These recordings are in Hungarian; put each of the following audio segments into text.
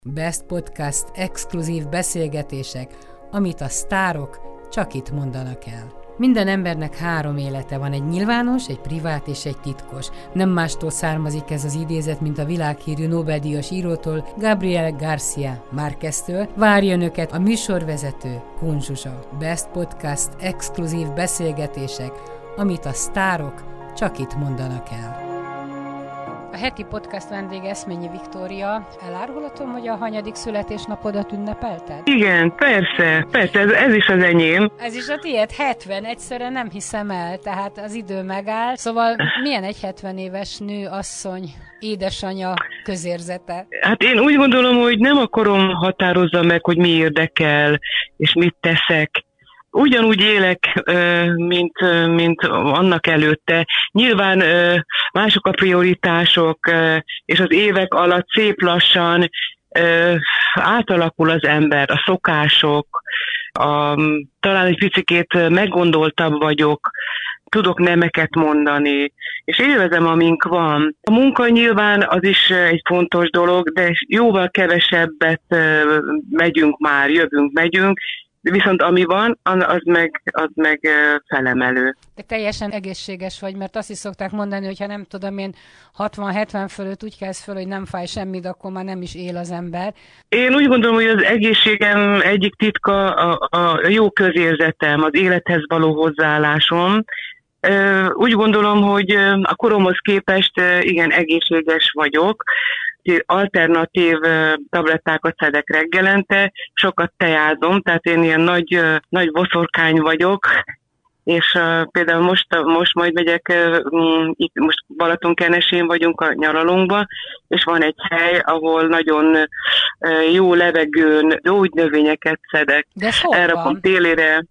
Best Podcast exkluzív beszélgetések, amit a sztárok csak itt mondanak el. Minden embernek 3 élete van, egy nyilvános, egy privát és egy titkos. Nem mástól származik ez az idézet, mint a világhírű Nobel-díjas írótól, Gabriel García Márqueztől. Várja önöket a műsorvezető, Kun Zsuzsa. Best Podcast exkluzív beszélgetések, amit a sztárok csak itt mondanak el. A heti podcast vendége Eszményi Viktória. Elárulhatom, hogy a hanyadik születésnapodat ünnepelted? Igen, persze, ez is az enyém. Ez is a tiéd, 70, egyszerűen nem hiszem el, tehát az idő megáll. Szóval milyen egy 70 éves nő, asszony, édesanya közérzete? Hát én úgy gondolom, hogy nem a korom határozza meg, hogy mi érdekel, és mit teszek. Ugyanúgy élek, mint annak előtte. Nyilván mások a prioritások, és az évek alatt szép lassan átalakul az ember, a szokások, talán egy picikét meggondoltabb vagyok, tudok nemeket mondani, és élvezem, amink van. A munka nyilván az is egy fontos dolog, de jóval kevesebbet megyünk, viszont ami van, az meg felemelő. De teljesen egészséges vagy, mert azt is szokták mondani, hogy ha nem tudom én 60-70 fölött úgy kelsz föl, hogy nem fáj semmit, akkor már nem is él az ember. Én úgy gondolom, hogy az egészségem egyik titka a jó közérzetem, az élethez való hozzáállásom. Úgy gondolom, hogy a koromhoz képest igen egészséges vagyok. Alternatív tablettákat szedek reggelente, sokat teázom, tehát én ilyen nagy boszorkány vagyok, és például most majd megyek, itt most Balatonkenesén vagyunk a nyaralónkba, és van egy hely, ahol nagyon jó levegőn gyógynövényeket szedek. De hol elrakom télire.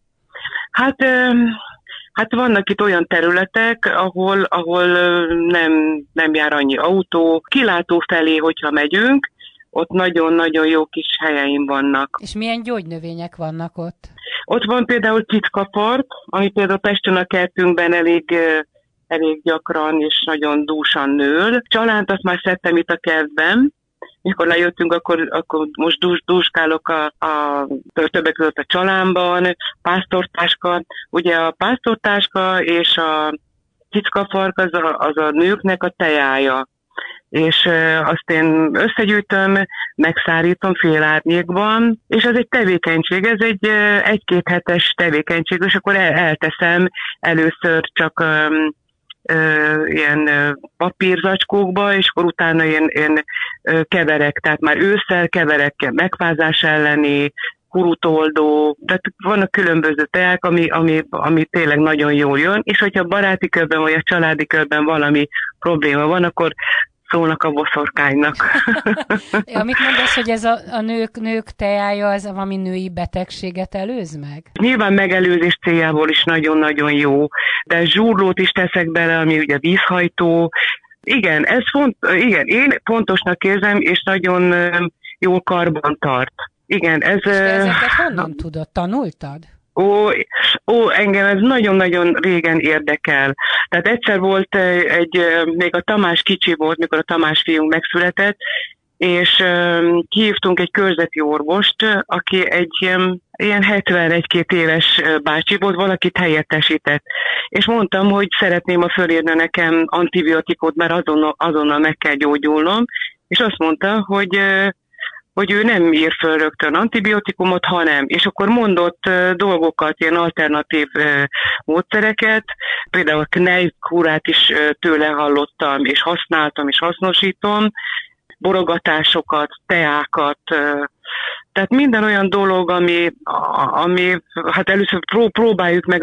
Hát vannak itt olyan területek, ahol nem jár annyi autó. Kilátó felé, hogyha megyünk, ott nagyon-nagyon jó kis helyeim vannak. És milyen gyógynövények vannak ott? Ott van például cickapart, ami például Pesten a kertünkben elég gyakran és nagyon dúsan nől. Csalánt azt már szedtem itt a kertben. Mikor lejöttünk, akkor most dúskálok többek között a csalámban, pásztortáska. Ugye a pásztortáska és a cickafark az a nőknek a tejája. És azt én összegyűjtöm, megszárítom fél árnyékban, és ez egy tevékenység, ez egy 1-2 hetes tevékenység, és akkor elteszem először csak ilyen papírzacskókba, és akkor utána én keverek, tehát már ősszel keverek megfázás elleni, kurutoldó, tehát vannak különböző teák, ami tényleg nagyon jól jön, és hogyha baráti körben vagy a családi körben valami probléma van, akkor szólnak a boszorkánynak. Amit mondasz, hogy ez a nők teája, az valami női betegséget előz meg? Nyilván megelőzés céljából is nagyon-nagyon jó, de zsúrlót is teszek bele, ami ugye vízhajtó. Igen, igen, én fontosnak érzem, és nagyon jól karban tart. Igen, ez... És te ezeket honnan tudod? Tanultad? Engem ez nagyon-nagyon régen érdekel. Tehát egyszer volt még a Tamás kicsi volt, mikor a Tamás fiunk megszületett, és kihívtunk egy körzeti orvost, aki egy ilyen 71-2 éves bácsi volt, valakit helyettesített. És mondtam, hogy szeretném, ha fölírna nekem antibiotikot, mert azonnal meg kell gyógyulnom, és azt mondta, hogy ő nem ír föl rögtön antibiotikumot, hanem, és akkor mondott dolgokat, ilyen alternatív módszereket, például a knejkúrát is tőle hallottam, és használtam, és hasznosítom, borogatásokat, teákat, tehát minden olyan dolog, ami hát először próbáljuk meg a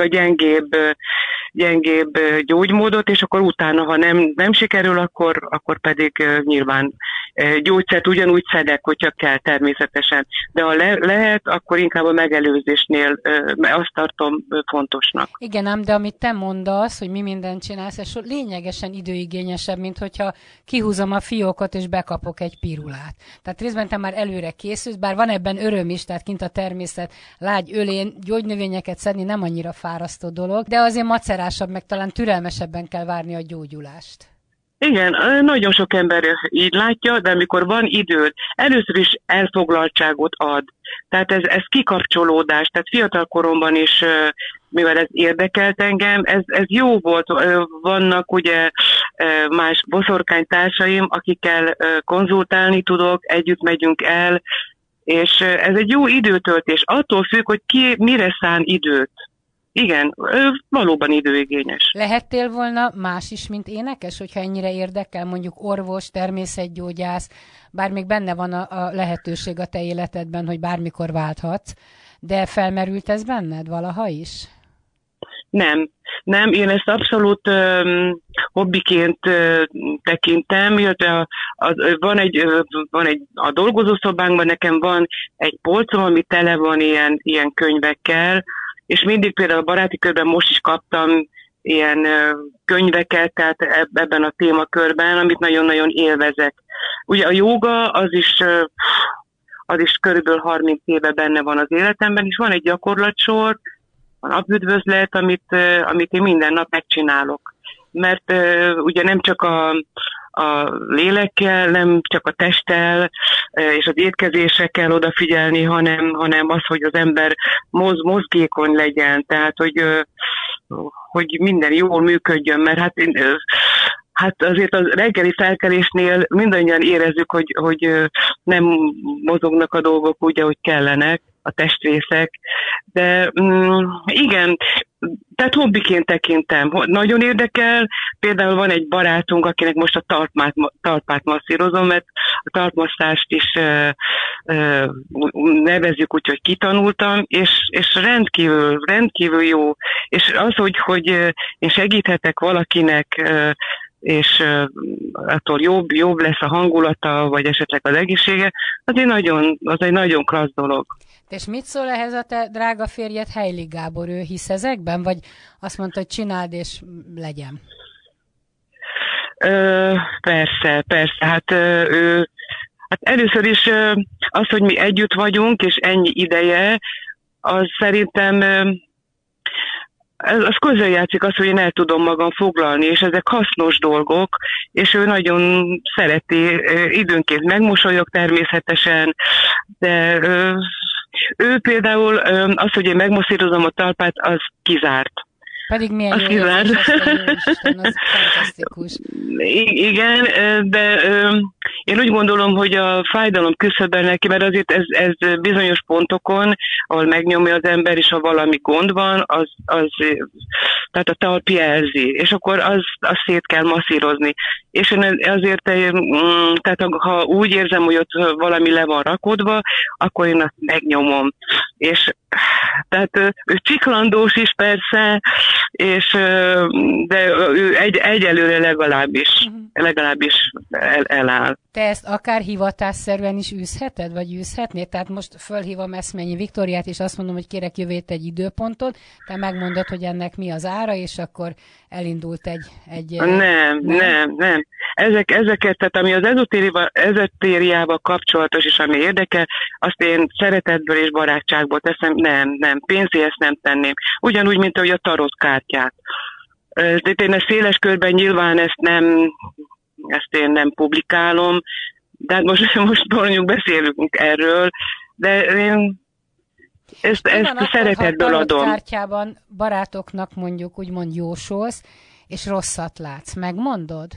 gyengébb gyógymódot, és akkor utána, ha nem sikerül, akkor pedig nyilván gyógyszert ugyanúgy szedek, hogyha kell természetesen. De ha lehet, akkor inkább a megelőzésnél azt tartom fontosnak. Igen, ám, de amit te mondasz, hogy mi mindent csinálsz, ez lényegesen időigényesebb, mint hogyha kihúzom a fiókot és bekapok egy pirulát. Tehát részben te már előre készülsz, bár van ebben öröm is, tehát kint a természet lágy ölén gyógynövényeket szedni nem annyira fárasztó dolog, de azért macerásabb, meg talán türelmesebben kell várni a gyógyulást. Igen, nagyon sok ember így látja, de amikor van időd, először is elfoglaltságot ad. Tehát ez kikapcsolódás, tehát fiatal koromban is, mivel ez érdekelt engem, ez jó volt. Vannak ugye más boszorkánytársaim, akikkel konzultálni tudok, együtt megyünk el, és ez egy jó időtöltés. Attól függ, hogy ki mire szán időt. Igen, valóban időigényes. Lehettél volna más is, mint énekes, hogyha ennyire érdekel, mondjuk orvos, természetgyógyász, bár még benne van a lehetőség a te életedben, hogy bármikor válthatsz, de felmerült ez benned valaha is? Nem, én ezt abszolút hobbiként tekintem, illetve a dolgozószobánkban nekem van egy polcom, ami tele van ilyen könyvekkel, és mindig például a baráti körben most is kaptam ilyen könyveket, tehát ebben a témakörben, amit nagyon-nagyon élvezek. Ugye a jóga az is körülbelül 30 éve benne van az életemben, és van egy gyakorlatsor, a napüdvözlet, amit én minden nap megcsinálok. Mert ugye nem csak a lélekkel, nem csak a testtel és az étkezésre kell odafigyelni, hanem az, hogy az ember mozgékony legyen, tehát hogy minden jól működjön, mert hát azért a reggeli felkelésnél mindannyian érezzük, hogy nem mozognak a dolgok úgy, ahogy kellenek, a testrészek, de igen, tehát hobbiként tekintem. Nagyon érdekel, például van egy barátunk, akinek most a talpát masszírozom, mert a talpmasszást is nevezzük úgy, hogy kitanultam, és rendkívül jó. És az, hogy én segíthetek valakinek, és attól jobb lesz a hangulata, vagy esetleg az egészsége, az egy nagyon klassz dolog. És mit szól ehhez a te drága férjed, Heilig Gábor, ő hisz ezekben, vagy azt mondta, hogy csináld és legyen? Persze, hát először is az, hogy mi együtt vagyunk, és ennyi ideje, az szerintem az közöljátszik az, hogy én el tudom magam foglalni, és ezek hasznos dolgok, és ő nagyon szereti, időnként megmosolyog természetesen, de ő például az, hogy én megmoszírozom a talpát, az kizárt. Pedig milyen jó érzés, az fantasztikus. Igen, de én úgy gondolom, hogy a fájdalom küszöbben neki, mert azért ez bizonyos pontokon, ahol megnyomja az ember, és ha valami gond van, tehát a talp jelzi, és akkor azt szét kell masszírozni. És én azért, tehát ha úgy érzem, hogy ott valami le van rakodva, akkor én azt megnyomom. És tehát ő csiklandós is persze, de ő egyelőre legalábbis eláll. Te ezt akár hivatásszerűen is űzheted, vagy űzhetnéd? Tehát most fölhívom Eszményi Viktóriát, és azt mondom, hogy kérek jövő hét egy időpontot, te megmondod, hogy ennek mi az ára, és akkor elindult egy... Nem. Ezeket, tehát ami az ezotériával kapcsolatos, és ami érdekel, azt én szeretetből és barátságból teszem, nem, pénzért ezt nem tenném. Ugyanúgy, mint ahogy a tarotkártyát. Én ezt széles körben nyilván ezt én nem publikálom, de hát most mondjuk beszélünk erről, de én ezt szeretetből adom. Ha tarotkártyában barátoknak mondjuk úgymond jósolsz, és rosszat látsz, megmondod?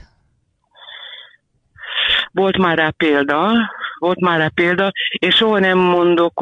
Volt már rá példa, és soha nem mondok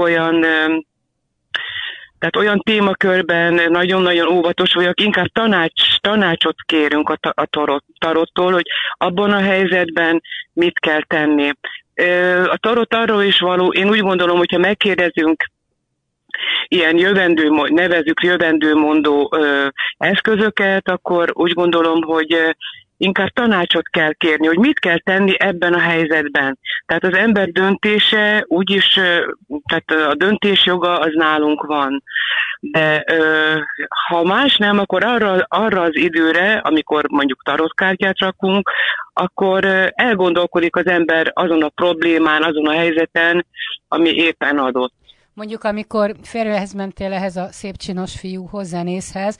tehát olyan témakörben nagyon-nagyon óvatos vagyok, inkább tanácsot kérünk a tarottól, hogy abban a helyzetben mit kell tenni. A tarot arról is való, én úgy gondolom, hogyha megkérdezünk ilyen nevezzük jövendőmondó eszközöket, akkor úgy gondolom, hogy inkább tanácsot kell kérni, hogy mit kell tenni ebben a helyzetben. Tehát az ember döntése úgyis, tehát a döntésjoga az nálunk van. De ha más nem, akkor arra az időre, amikor mondjuk tarotkártyát rakunk, akkor elgondolkodik az ember azon a problémán, azon a helyzeten, ami éppen adott. Mondjuk, amikor férjhez mentél ehhez a szép csinos fiúhoz, zenészhez,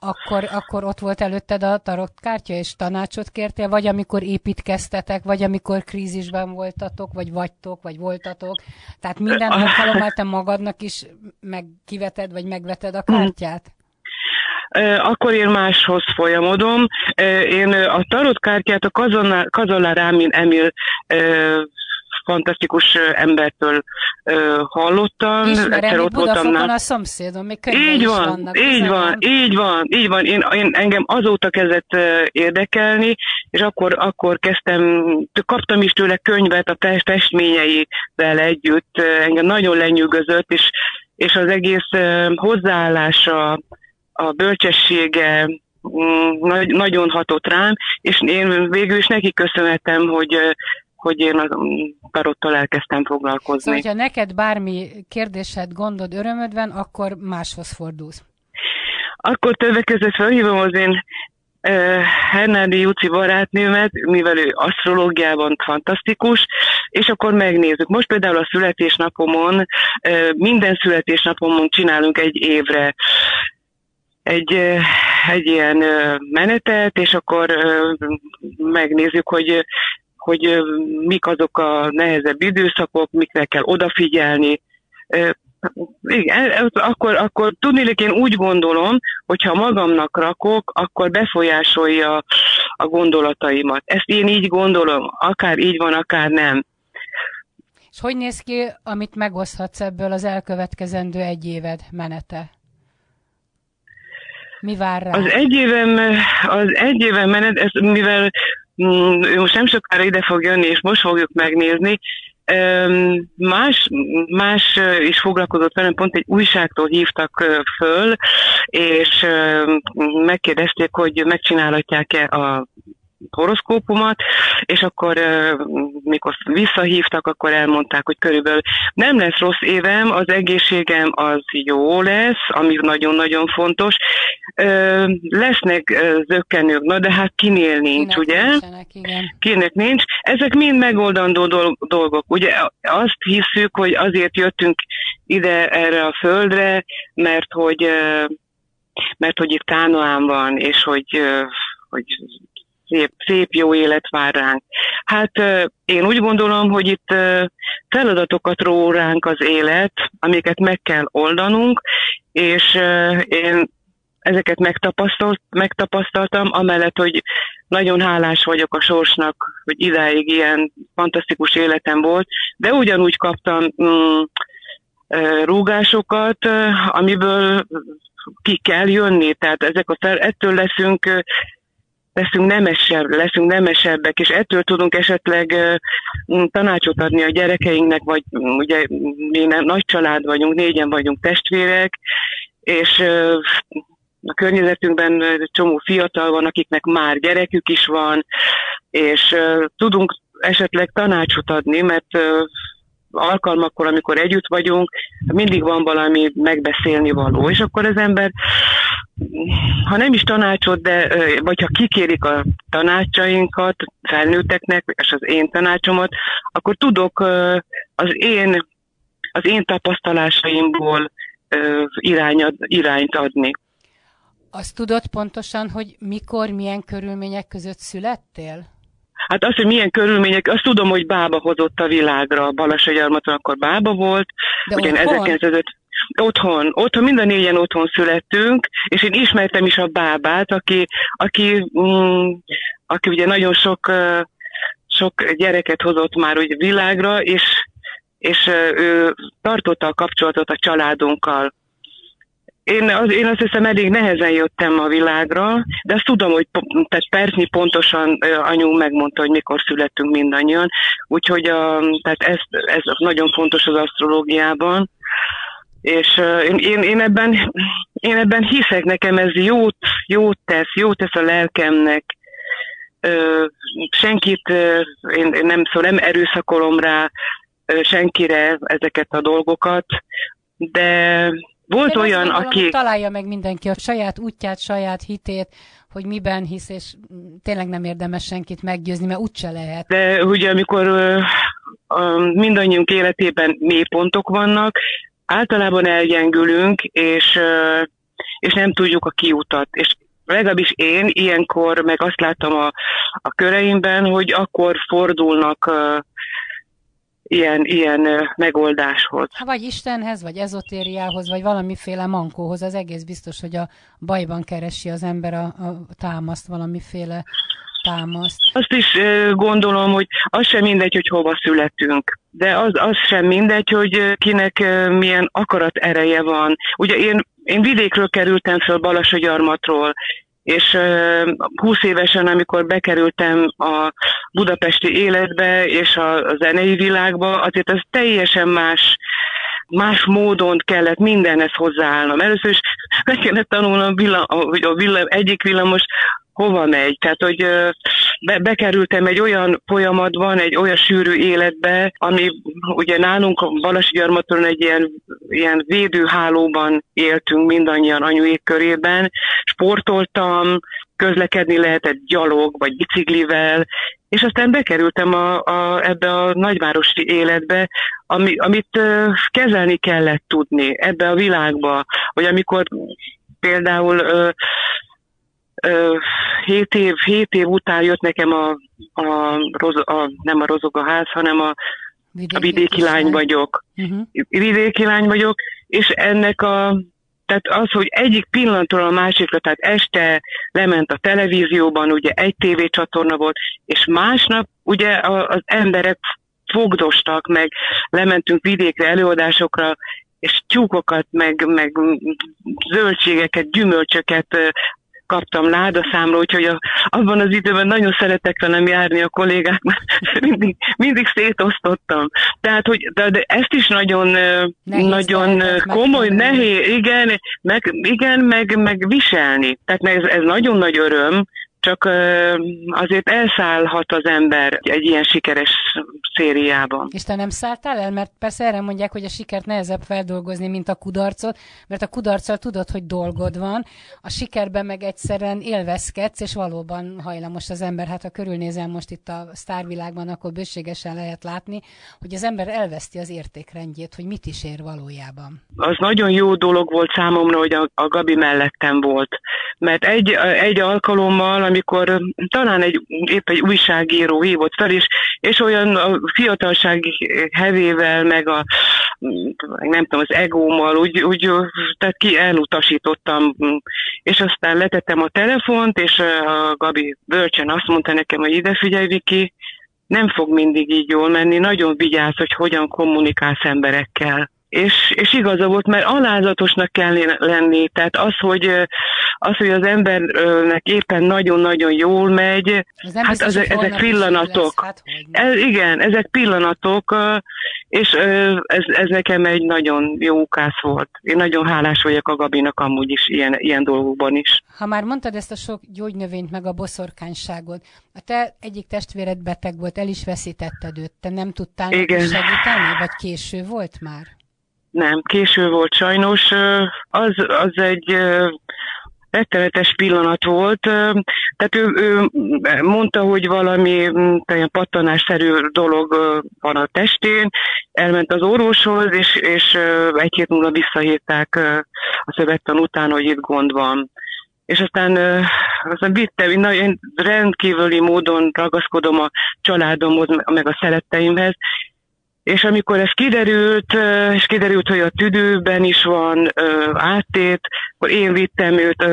Akkor ott volt előtted a tarotkártya, és tanácsot kértél, vagy amikor építkeztetek, vagy amikor krízisben voltatok, vagy vagytok, vagy voltatok. Tehát minden alkalommal te magadnak is kiveted, vagy megveted a kártyát? Akkor én máshoz folyamodom. Én a tarotkártyát a Kazalla Rámin Emil fantasztikus embertől hallottam. Ismerem, itt Budafokon a szomszédom, még könyvei is vannak. Így van. Engem azóta kezdett érdekelni, és akkor kaptam is tőle könyvet a festményeivel együtt. Engem nagyon lenyűgözött, és az egész hozzáállása, a bölcsessége nagyon hatott rám, és én végül is neki köszönhetem, hogy én a tarottal elkezdtem foglalkozni. Szóval, hogyha neked bármi kérdésed, gondod, örömöd van, akkor máshoz fordulsz. Akkor többek között felhívom az én Hernádi Juci barátnőmet, mivel ő asztrológiában fantasztikus, és akkor megnézzük. Most például a születésnapomon, minden születésnapomon csinálunk egy évre egy ilyen menetet, és akkor megnézzük, hogy mik azok a nehezebb időszakok, mikre kell odafigyelni. Igen, akkor tudnélik, én úgy gondolom, hogy ha magamnak rakok, akkor befolyásolja a gondolataimat. Ezt én így gondolom, akár így van, akár nem. És hogy néz ki, amit megoszthatsz ebből az elkövetkezendő egy éved menete? Mi vár rá? Az egy évem menet, mivel ő most nem sokára ide fog jönni, és most fogjuk megnézni, más is foglalkozott velem, pont egy újságtól hívtak föl, és megkérdezték, hogy megcsinálhatják-e a horoszkópomat, és akkor mikor visszahívtak, akkor elmondták, hogy körülbelül nem lesz rossz évem, az egészségem az jó lesz, ami nagyon-nagyon fontos. Lesznek zökkenők, na de hát kinél nincs, ugye? Kinek nincs. Ezek mind megoldandó dolgok. Ugye azt hiszük, hogy azért jöttünk ide erre a földre, mert hogy itt Kánaán van, és hogy szép jó élet vár ránk. Hát én úgy gondolom, hogy itt feladatokat ró ránk az élet, amiket meg kell oldanunk, és én ezeket megtapasztaltam, amellett, hogy nagyon hálás vagyok a sorsnak, hogy idáig ilyen fantasztikus életem volt, de ugyanúgy kaptam rúgásokat, amiből ki kell jönni, tehát ettől leszünk nemesebbek, és ettől tudunk esetleg tanácsot adni a gyerekeinknek, vagy ugye mi nagy család vagyunk, 4-en vagyunk testvérek, és a környezetünkben csomó fiatal van, akiknek már gyerekük is van, és tudunk esetleg tanácsot adni, mert alkalmakkor, amikor együtt vagyunk, mindig van valami megbeszélni való, és akkor az ember, ha nem is tanácsot, vagy ha kikérik a tanácsainkat felnőtteknek, és az én tanácsomat, akkor tudok az én tapasztalásaimból irányt adni. Azt tudod pontosan, hogy mikor, milyen körülmények között születtél? Hát azt, hogy milyen körülmények, azt tudom, hogy bába hozott a világra. Balassagyarmaton akkor bába volt. De ugyan 1905. Otthon, mind a 4-en otthon születtünk, és én ismertem is a bábát, aki ugye nagyon sok gyereket hozott már úgy világra, és ő tartotta a kapcsolatot a családunkkal. Én azt hiszem, elég nehezen jöttem a világra, de azt tudom, hogy tehát percnyi pontosan anyu megmondta, hogy mikor születtünk mindannyian, úgyhogy tehát ez nagyon fontos az asztrológiában, és én ebben hiszek, nekem ez jót tesz a lelkemnek. Senkit én nem erőszakolom rá senkire ezeket a dolgokat, de volt olyan, aki... Találja meg mindenki a saját útját, saját hitét, hogy miben hisz, és tényleg nem érdemes senkit meggyőzni, mert úgyse lehet. De ugye amikor mindannyiunk életében mélypontok vannak, általában elgyengülünk, és és nem tudjuk a kiutat. És legalábbis én ilyenkor meg azt láttam a köreimben, hogy akkor fordulnak ilyen megoldáshoz. Vagy Istenhez, vagy ezotériához, vagy valamiféle mankóhoz. Az egész biztos, hogy a bajban keresi az ember a támaszt, valamiféle támaszt. Azt is gondolom, hogy az sem mindegy, hogy hova születünk. De az sem mindegy, hogy kinek milyen akarat ereje van. Ugye én vidékről kerültem föl, Balassagyarmatról, és 20 évesen, amikor bekerültem a budapesti életbe és a zenei világba, azért az teljesen más módon kellett mindenhez hozzáállnom. Először is meg kellett tanulnom, hogy egyik villamos hova megy. Tehát, hogy bekerültem egy olyan folyamatban, egy olyan sűrű életbe, ami ugye nálunk a Balassagyarmaton egy ilyen védőhálóban éltünk mindannyian anyuék körében. Sportoltam, közlekedni lehetett gyalog vagy biciklivel, és aztán bekerültem ebbe a nagyvárosi életbe, amit kezelni kellett tudni ebbe a világba, hogy amikor például 7 év után jött nekem nem a Rozogaház, hanem a vidéki lány vagyok. Vidéki lány vagyok, és tehát az, hogy egyik pillanatról a másikra, tehát este lement a televízióban, ugye egy tévécsatorna volt, és másnap ugye az emberek fogdostak, meg lementünk vidékre, előadásokra, és tyúkokat, meg zöldségeket, gyümölcsöket kaptam ládaszámra, úgyhogy abban az időben nagyon szeretek velem járni a kollégák, mert mindig szétosztottam. Tehát, hogy de ezt is nagyon komoly, nehéz, igen, meg viselni. Tehát ez nagyon nagy öröm, csak azért elszállhat az ember egy ilyen sikeres szériában. És te nem szálltál el? Mert persze erre mondják, hogy a sikert nehezebb feldolgozni, mint a kudarcot, mert a kudarccal tudod, hogy dolgod van, a sikerben meg egyszerűen élvezkedsz, és valóban hajlamos az ember, hát ha körülnézel most itt a sztárvilágban, akkor bőségesen lehet látni, hogy az ember elveszti az értékrendjét, hogy mit is ér valójában. Az nagyon jó dolog volt számomra, hogy a Gabi mellettem volt, mert egy alkalommal, amikor talán épp egy újságíró hívott fel, és olyan a fiatalság hevével, meg nem tudom, az egómmal, úgy tehát elutasítottam, és aztán letettem a telefont, és a Gabi bölcsen azt mondta nekem, hogy ide figyelj, Viki, nem fog mindig így jól menni, nagyon vigyázz, hogy hogyan kommunikálsz emberekkel. És igaza volt, mert alázatosnak kell lenni, tehát az, hogy az embernek éppen nagyon-nagyon jól megy, hát ezek pillanatok. Igen, ezek pillanatok, és ez nekem egy nagyon jó ukász volt. Én nagyon hálás vagyok a Gabinak amúgy is ilyen dolgokban is. Ha már mondtad ezt a sok gyógynövényt, meg a boszorkányságot, a te egyik testvéred beteg volt, el is veszítetted őt, te nem tudtál segíteni, vagy késő volt már? Nem, késő volt sajnos. Az egy rettenetes pillanat volt. Tehát ő mondta, hogy valami pattanásszerű dolog van a testén, elment az orvoshoz, és egy hét múlva visszahívták a szövettan után, hogy itt gond van. És aztán vittem, én rendkívüli módon ragaszkodom a családomhoz, meg a szeretteimhez, és amikor ez kiderült, hogy a tüdőben is van áttét, akkor én vittem őt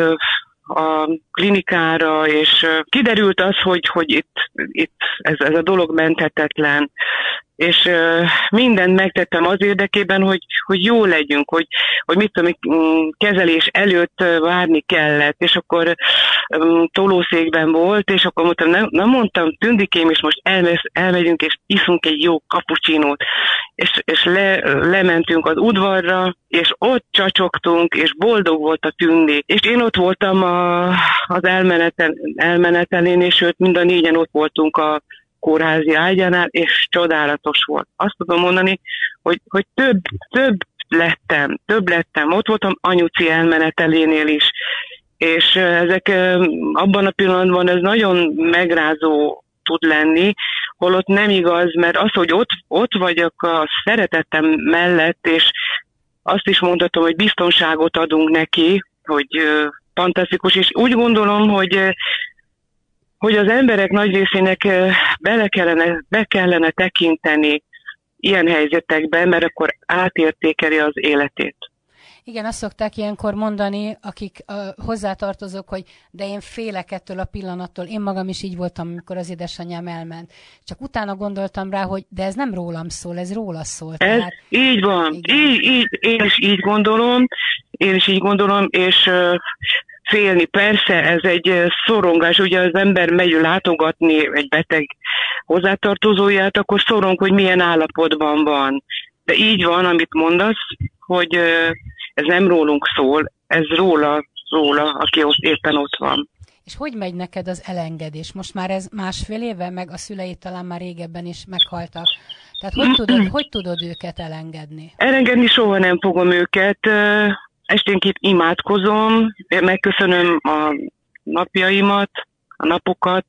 a klinikára, és kiderült az, hogy itt ez a dolog menthetetlen. És mindent megtettem az érdekében, hogy jó legyünk, hogy mit tudom, kezelés előtt várni kellett, és akkor tolószékben volt, és akkor mondtam, Tündikém, és most elmegyünk, és iszunk egy jó kapucsinót, és lementünk az udvarra, és ott csacsogtunk, és boldog volt a Tündi. És én ott voltam az elmenetelén, és őt mind a négyen ott voltunk a kórházi ágyánál, és csodálatos volt. Azt tudom mondani, hogy több lettem. Ott voltam anyuci elmenetelénél is, és ezek abban a pillanatban ez nagyon megrázó tud lenni, holott nem igaz, mert az, hogy ott vagyok a szeretettem mellett, és azt is mondhatom, hogy biztonságot adunk neki, fantasztikus, és úgy gondolom, hogy az emberek nagy részének be kellene tekinteni ilyen helyzetekben, mert akkor átértékeli az életét. Igen, azt szokták ilyenkor mondani, akik hozzátartozók, hogy de én félek ettől a pillanattól. Én magam is így voltam, amikor az édesanyám elment. Csak utána gondoltam rá, hogy de ez nem rólam szól, ez róla szól. Ez tehát, így van. Így, én is így gondolom, és félni. Persze, ez egy szorongás, ugye az ember megy látogatni egy beteg hozzátartozóját, akkor szorong, hogy milyen állapotban van. De így van, amit mondasz, hogy ez nem rólunk szól, ez róla, aki éppen ott van. És hogy megy neked az elengedés? Most már ez 1,5 éve, meg a szüleid talán már régebben is meghaltak. Tehát hogy tudod őket elengedni? Elengedni soha nem fogom őket. Esténként imádkozom, megköszönöm a napjaimat, a napokat,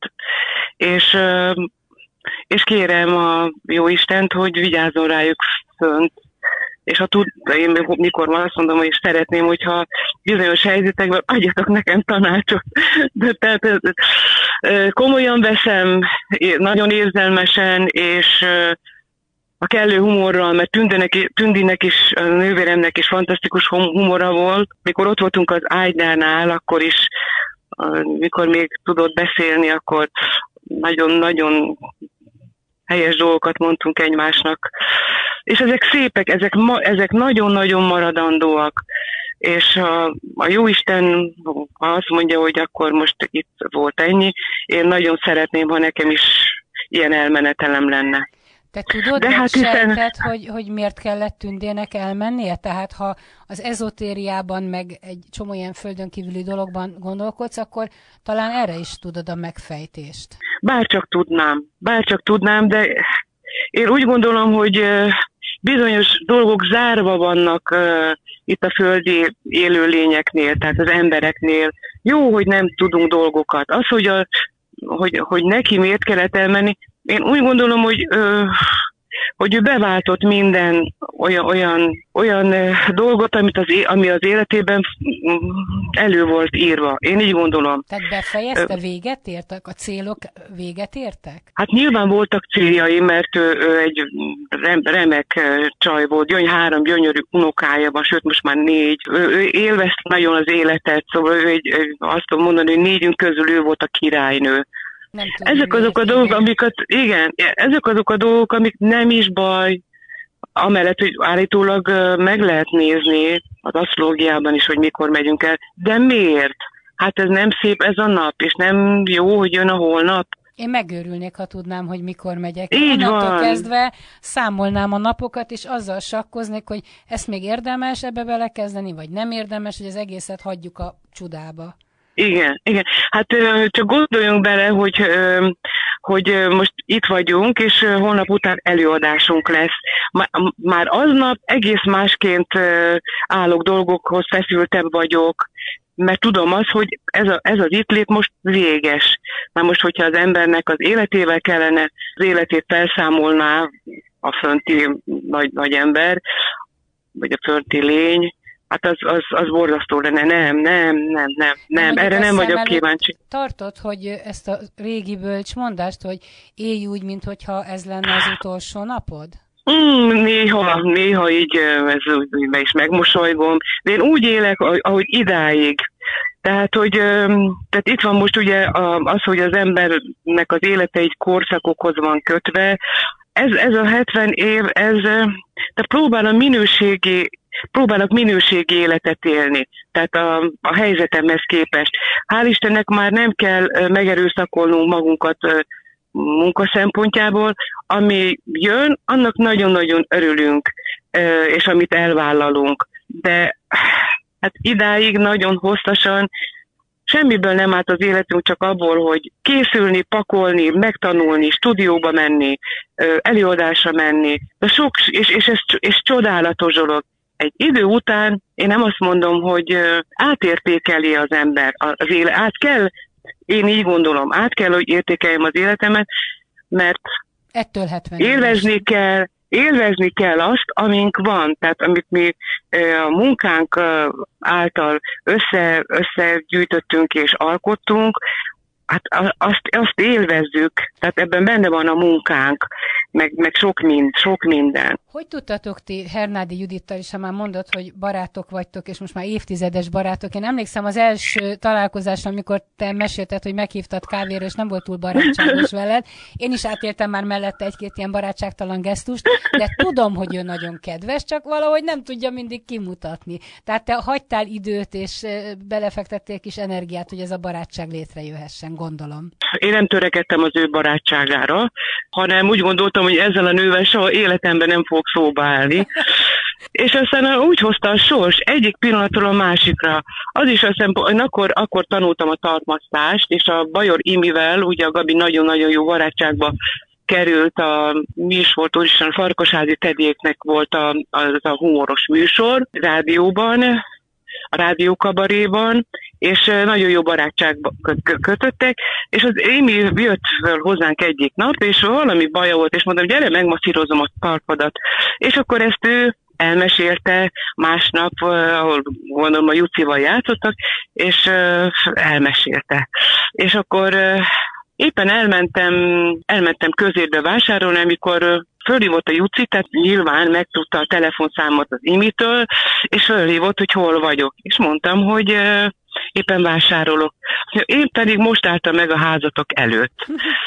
és kérem a Jóistent, hogy vigyázzon rájuk fönt. És ha én mikor van, azt mondom, hogy szeretném, hogyha bizonyos helyzetekben adjatok nekem tanácsot. De tehát komolyan veszem, nagyon érzelmesen, és a kellő humorral, mert Tündinek is, a nővéremnek is fantasztikus humora volt. Mikor ott voltunk az ágynánál, akkor is, mikor még tudott beszélni, akkor nagyon-nagyon helyes dolgokat mondtunk egymásnak. És ezek szépek, ezek nagyon-nagyon maradandóak. És a Jóisten azt mondja, hogy akkor most itt volt ennyi, én nagyon szeretném, ha nekem is ilyen elmenetelem lenne. Te tudod, sejted, hogy miért kellett Tündének elmennie? Tehát ha az ezotériában, meg egy csomó ilyen földön kívüli dologban gondolkodsz, akkor talán erre is tudod a megfejtést. Bárcsak tudnám, de én úgy gondolom, hogy bizonyos dolgok zárva vannak itt a földi élőlényeknél, tehát az embereknél. Jó, hogy nem tudunk dolgokat. Az, hogy neki miért kellett elmenni, én úgy gondolom, hogy ő beváltott minden olyan dolgot, ami az életében elő volt írva. Én így gondolom. Tehát befejezte, véget értek? A célok véget értek? Hát nyilván voltak céljai, mert ő egy remek csaj volt. 3 gyönyörű unokája van, sőt most már 4. Ő élvezte nagyon az életet, szóval azt tudom mondani, hogy 4 közül ő volt a királynő. Ezek azok a dolgok, amik nem is baj, amellett, hogy állítólag meg lehet nézni az asztrológiában is, hogy mikor megyünk el. De miért? Hát ez nem szép ez a nap, és nem jó, hogy jön a holnap. Én megőrülnék, ha tudnám, hogy mikor megyek. Így van. Kezdve számolnám a napokat, és azzal sakkoznék, hogy ezt még érdemes ebbe belekezdeni, vagy nem érdemes, hogy az egészet hagyjuk a csudába. Igen. Hát csak gondoljunk bele, hogy most itt vagyunk, és holnap után előadásunk lesz. Már aznap egész másként állok dolgokhoz, feszültebb vagyok, mert tudom azt, hogy ez az itt lét most véges. Na most, hogyha az embernek az életével kellene, az életét felszámolná a fönti nagy ember, vagy a fönti lény, hát az borzasztó lenne. Nem. Erre nem vagyok kíváncsi. Tartod, hogy ezt a régi bölcsmondást, hogy élj úgy, minthogyha ez lenne az utolsó napod? Néha így be is megmosolygom, de én úgy élek, ahogy idáig. Tehát itt van most ugye az, hogy az embernek az élete egy korszakokhoz van kötve. Ez a 70 év, tehát próbálok minőségi életet élni, tehát a helyzetemhez képest. Hál' Istennek már nem kell megerőszakolnunk magunkat munka szempontjából, ami jön, annak nagyon-nagyon örülünk, és amit elvállalunk. De hát idáig nagyon hosszasan semmiből nem állt az életünk, csak abból, hogy készülni, pakolni, megtanulni, stúdióba menni, előadásra menni. De és csodálatos dolog. Egy idő után, én nem azt mondom, hogy átértékeli az ember az élet. Én így gondolom, át kell, hogy értékeljem az életemet, mert ettől 70 élvezni kell, élvezni kell azt, amink van, tehát amit mi a munkánk által összegyűjtöttünk és alkottunk, hát azt élvezzük, tehát ebben benne van a munkánk, meg sok minden. Hogy tudtatok ti Hernádi Judittal is, ha már mondod, hogy barátok vagytok, és most már évtizedes barátok? Én emlékszem az első találkozásra, amikor te mesélted, hogy meghívtad kávéra, és nem volt túl barátságos veled. Én is átéltem már mellette egy-két ilyen barátságtalan gesztust, de tudom, hogy ő nagyon kedves, csak valahogy nem tudja mindig kimutatni. Tehát te hagytál időt, és belefektettél kis energiát, hogy ez a barátság létrejöhessen, gondolom. Én nem törekedtem az ő barátságára, hanem úgy gondoltam, hogy ezzel a nővel soha életemben nem fogok szóba állni. És aztán úgy hozta a sors egyik pillanatról a másikra. Az is azt hiszem, hogy akkor tanultam a tartmasztást, és a Bajor Imivel, ugye a Gabi nagyon-nagyon jó barátságba került mi is volt, úgyis a Farkasházi Tedéknek volt az a humoros műsor rádióban, a rádiókabaréban, és nagyon jó barátságba kötöttek, és az Émi jött hozzánk egyik nap, és valami baja volt, és mondtam, gyere, megmasszírozom a talpadat. És akkor ezt ő elmesélte másnap, ahol gondolom a Jucival játszottak, és elmesélte. És akkor éppen elmentem közérbe vásárolni, amikor fölhívott a Juci, tehát nyilván megtudta a telefonszámot az Imitől, és fölhívott, hogy hol vagyok. És mondtam, hogy éppen vásárolok. Én pedig most álltam meg a házatok előtt.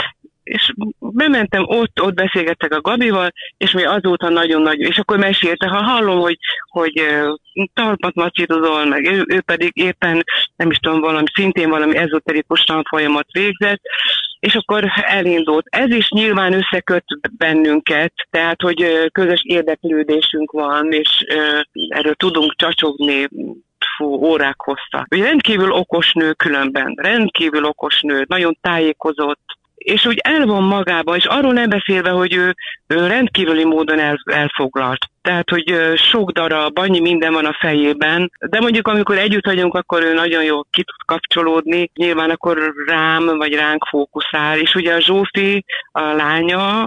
És bementem, ott beszélgettek a Gabival, és mi azóta nagyon-nagyon, és akkor mesélte, ha hallom, hogy talpat macírozol, meg ő pedig éppen, nem is tudom, szintén valami ezoterikus tanfolyamat végzett, és akkor elindult. Ez is nyilván összeköt bennünket, tehát, hogy közös érdeklődésünk van, és erről tudunk csacsogni órák hossza. Ugye rendkívül okos nő különben, rendkívül okos nő, nagyon tájékozott, és úgy el van magában, és arról nem beszélve, hogy ő rendkívüli módon elfoglalt. Tehát, hogy sok darab, annyi minden van a fejében, de mondjuk amikor együtt vagyunk, akkor ő nagyon jól ki tud kapcsolódni, nyilván akkor vagy ránk fókuszál, és ugye a Zsófi, a lánya,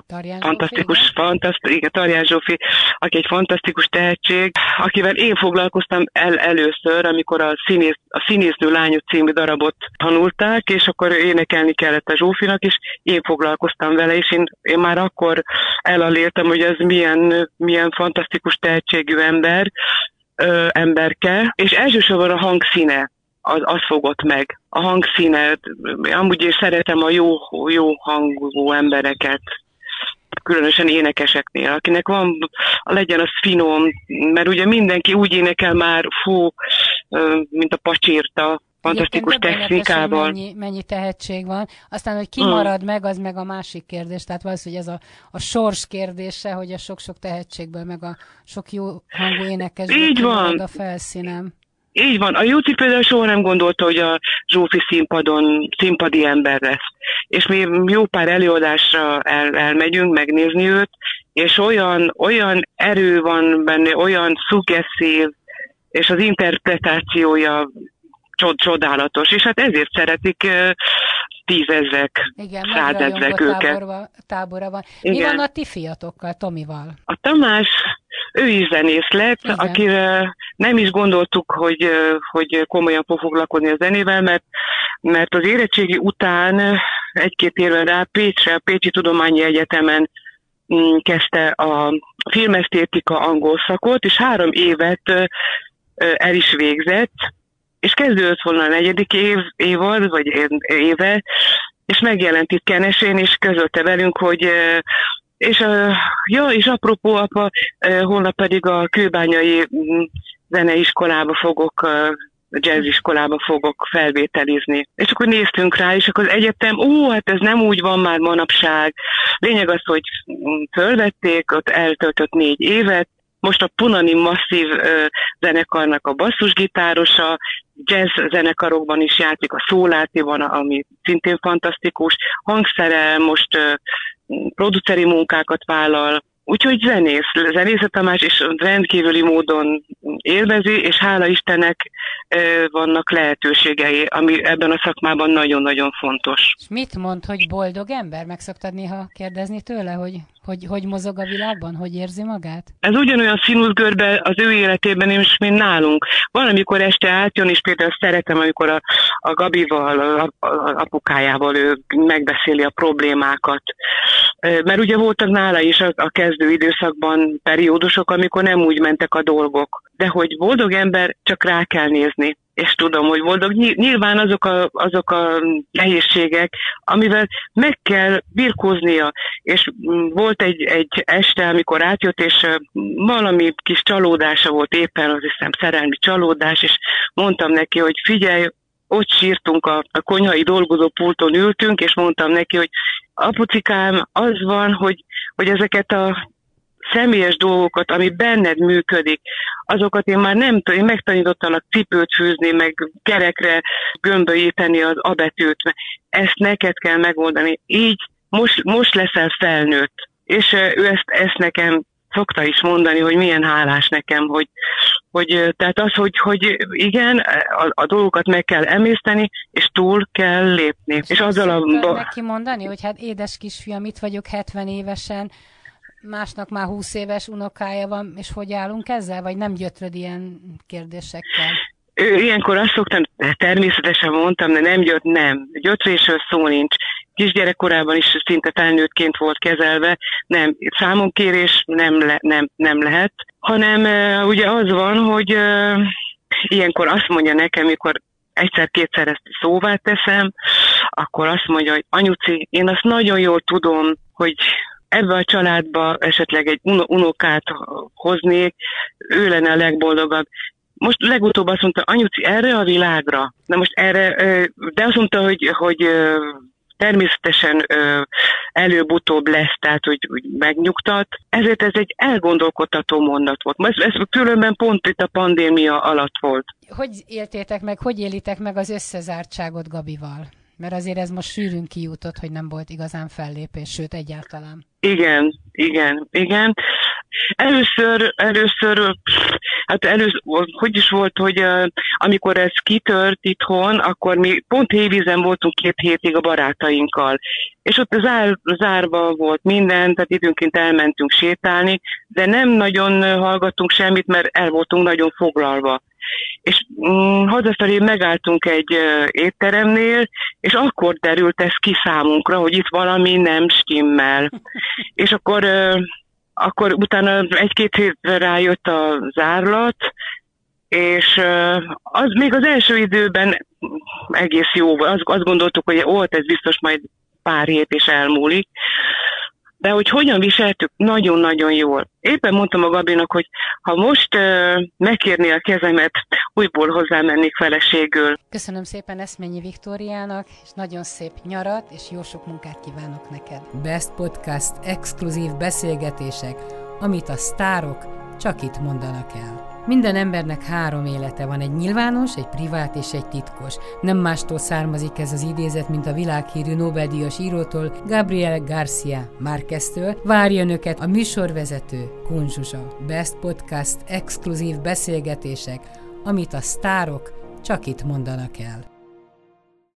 Tarján Zsófi, aki egy fantasztikus tehetség, akivel én foglalkoztam először, amikor a Színésznő Lánya című darabot tanulták, és akkor énekelni kellett a Zsófinak, és én foglalkoztam vele, és én már akkor elaléltem, hogy ez milyen fantasztikus tehetségű emberke, és elsősorban a hangszíne, az fogott meg. A hangszíne, amúgy is szeretem a jó hangú embereket, különösen énekeseknél, akinek legyen az finom, mert ugye mindenki úgy énekel már, mint a pacsirta, fantasztikus technikával. Mennyi tehetség van. Aztán, hogy ki marad meg, az meg a másik kérdés. Tehát valószínűleg ez a sors kérdése, hogy a sok-sok tehetségből, meg a sok jó hangú énekesből ki marad a felszínen. Így van. A Juci például soha nem gondolta, hogy a Zsófi színpadi ember lesz. És mi jó pár előadásra elmegyünk megnézni őt, és olyan erő van benne, olyan szuggeszív, és az interpretációja csodálatos, és hát ezért szeretik tízezrek, százezrek őket. Tábora van. Mi van a ti fiatokkal, Tomival? A Tamás, ő is zenész lett, akire nem is gondoltuk, hogy komolyan fog foglalkozni a zenével, mert az érettségi után egy-két évvel rá Pécsre, a Pécsi Tudományi Egyetemen kezdte a filmesztétika angol szakot, és 3 évet el is végzett, és kezdődött volna a 4. évad, vagy éve, és megjelent itt Kenesén, és közölte velünk, hogy és apropó apa, holnap pedig a kőbányai zeneiskolába jazziskolába fogok felvételizni. És akkor néztünk rá, és akkor az egyetem, hát ez nem úgy van már manapság. Lényeg az, hogy fölvették, ott eltöltött 4 évet, most a Punani Masszív zenekarnak a basszusgitárosa, jazz zenekarokban is játszik, a Szólátiban, ami szintén fantasztikus, hangszerel, most produceri munkákat vállal, úgyhogy zenész a Tamás, és rendkívüli módon élvezi, és hála Istennek vannak lehetőségei, ami ebben a szakmában nagyon-nagyon fontos. És mit mond, hogy boldog ember? Meg szoktad néha kérdezni tőle, hogy mozog a világban, hogy érzi magát? Ez ugyanolyan színuszgörbe az ő életében is, mint nálunk. Valamikor este átjön, és például szeretem, amikor a Gabival, a apukájával ő megbeszéli a problémákat. Mert ugye voltak nála is a kezdő időszakban periódusok, amikor nem úgy mentek a dolgok. De hogy boldog ember, csak rá kell nézni. És tudom, hogy boldog. Nyilván azok a nehézségek, amivel meg kell birkóznia. És volt egy este, amikor átjött, és valami kis csalódása volt éppen, azt hiszem szerelmi csalódás, és mondtam neki, hogy figyelj, ott sírtunk, a konyhai dolgozópulton ültünk, és mondtam neki, hogy apucikám, az van, hogy ezeket a személyes dolgokat, ami benned működik, azokat én már nem tudom, én megtanítottalak cipőt fűzni, meg kerekre gömbölyíteni az A betűt, mert ezt neked kell megoldani. Így most leszel felnőtt. És ő ezt nekem szokta is mondani, hogy milyen hálás nekem, hogy tehát az, hogy igen, a dolgokat meg kell emészteni, és túl kell lépni. És azzal neki mondani, hogy hát édes kisfiam, itt vagyok 70 évesen, másnak már 20 éves unokája van, és hogy állunk ezzel? Vagy nem gyötröd ilyen kérdésekkel? Ilyenkor azt szoktam, természetesen mondtam, de nem gyötrésről szó nincs. Kisgyerekkorában is szinte felnőttként volt kezelve, nem, számonkérés nem lehet, hanem ugye az van, hogy ilyenkor azt mondja nekem, mikor egyszer-kétszer ezt szóvá teszem, akkor azt mondja, hogy anyuci, én azt nagyon jól tudom, hogy ebbe a családba esetleg egy unokát hoznék, ő lenne a legboldogabb. Most legutóbb azt mondta, anyuci, erre a világra, na most erre, de azt mondta, hogy természetesen előbb-utóbb lesz, tehát hogy megnyugtat. Ezért ez egy elgondolkodtató mondat volt. Ez különben pont itt a pandémia alatt volt. Hogy éltétek meg, hogy élitek meg az összezártságot Gabival? Mert azért ez most sűrűn kijutott, hogy nem volt igazán fellépés, sőt egyáltalán. Igen. Először, hogy is volt, hogy amikor ez kitört itthon, akkor mi pont hévízen voltunk 2 hétig a barátainkkal. És ott zárva volt minden, tehát időnként elmentünk sétálni, de nem nagyon hallgattunk semmit, mert el voltunk nagyon foglalva. És hazafelé megálltunk egy étteremnél, és akkor derült ez ki számunkra, hogy itt valami nem stimmel. És akkor utána 1-2 hétre rájött a zárlat, és az még az első időben egész jó volt. Azt gondoltuk, hogy ez biztos majd pár hét és elmúlik. De hogy hogyan viseltük, nagyon-nagyon jól. Éppen mondtam a Gabinak, hogy ha most megkérné a kezemet, újból hozzámennék feleségül. Köszönöm szépen Eszményi Viktóriának, és nagyon szép nyarat, és jó sok munkát kívánok neked. Best Podcast exkluzív beszélgetések, amit a sztárok csak itt mondanak el. Minden embernek 3 élete van, egy nyilvános, egy privát és egy titkos. Nem mástól származik ez az idézet, mint a világhírű Nobel-díjas írótól, Gabriel García Márqueztől. Várja önöket a műsorvezető, Kun Zsuzsa. Best Podcast exkluzív beszélgetések, amit a sztárok csak itt mondanak el.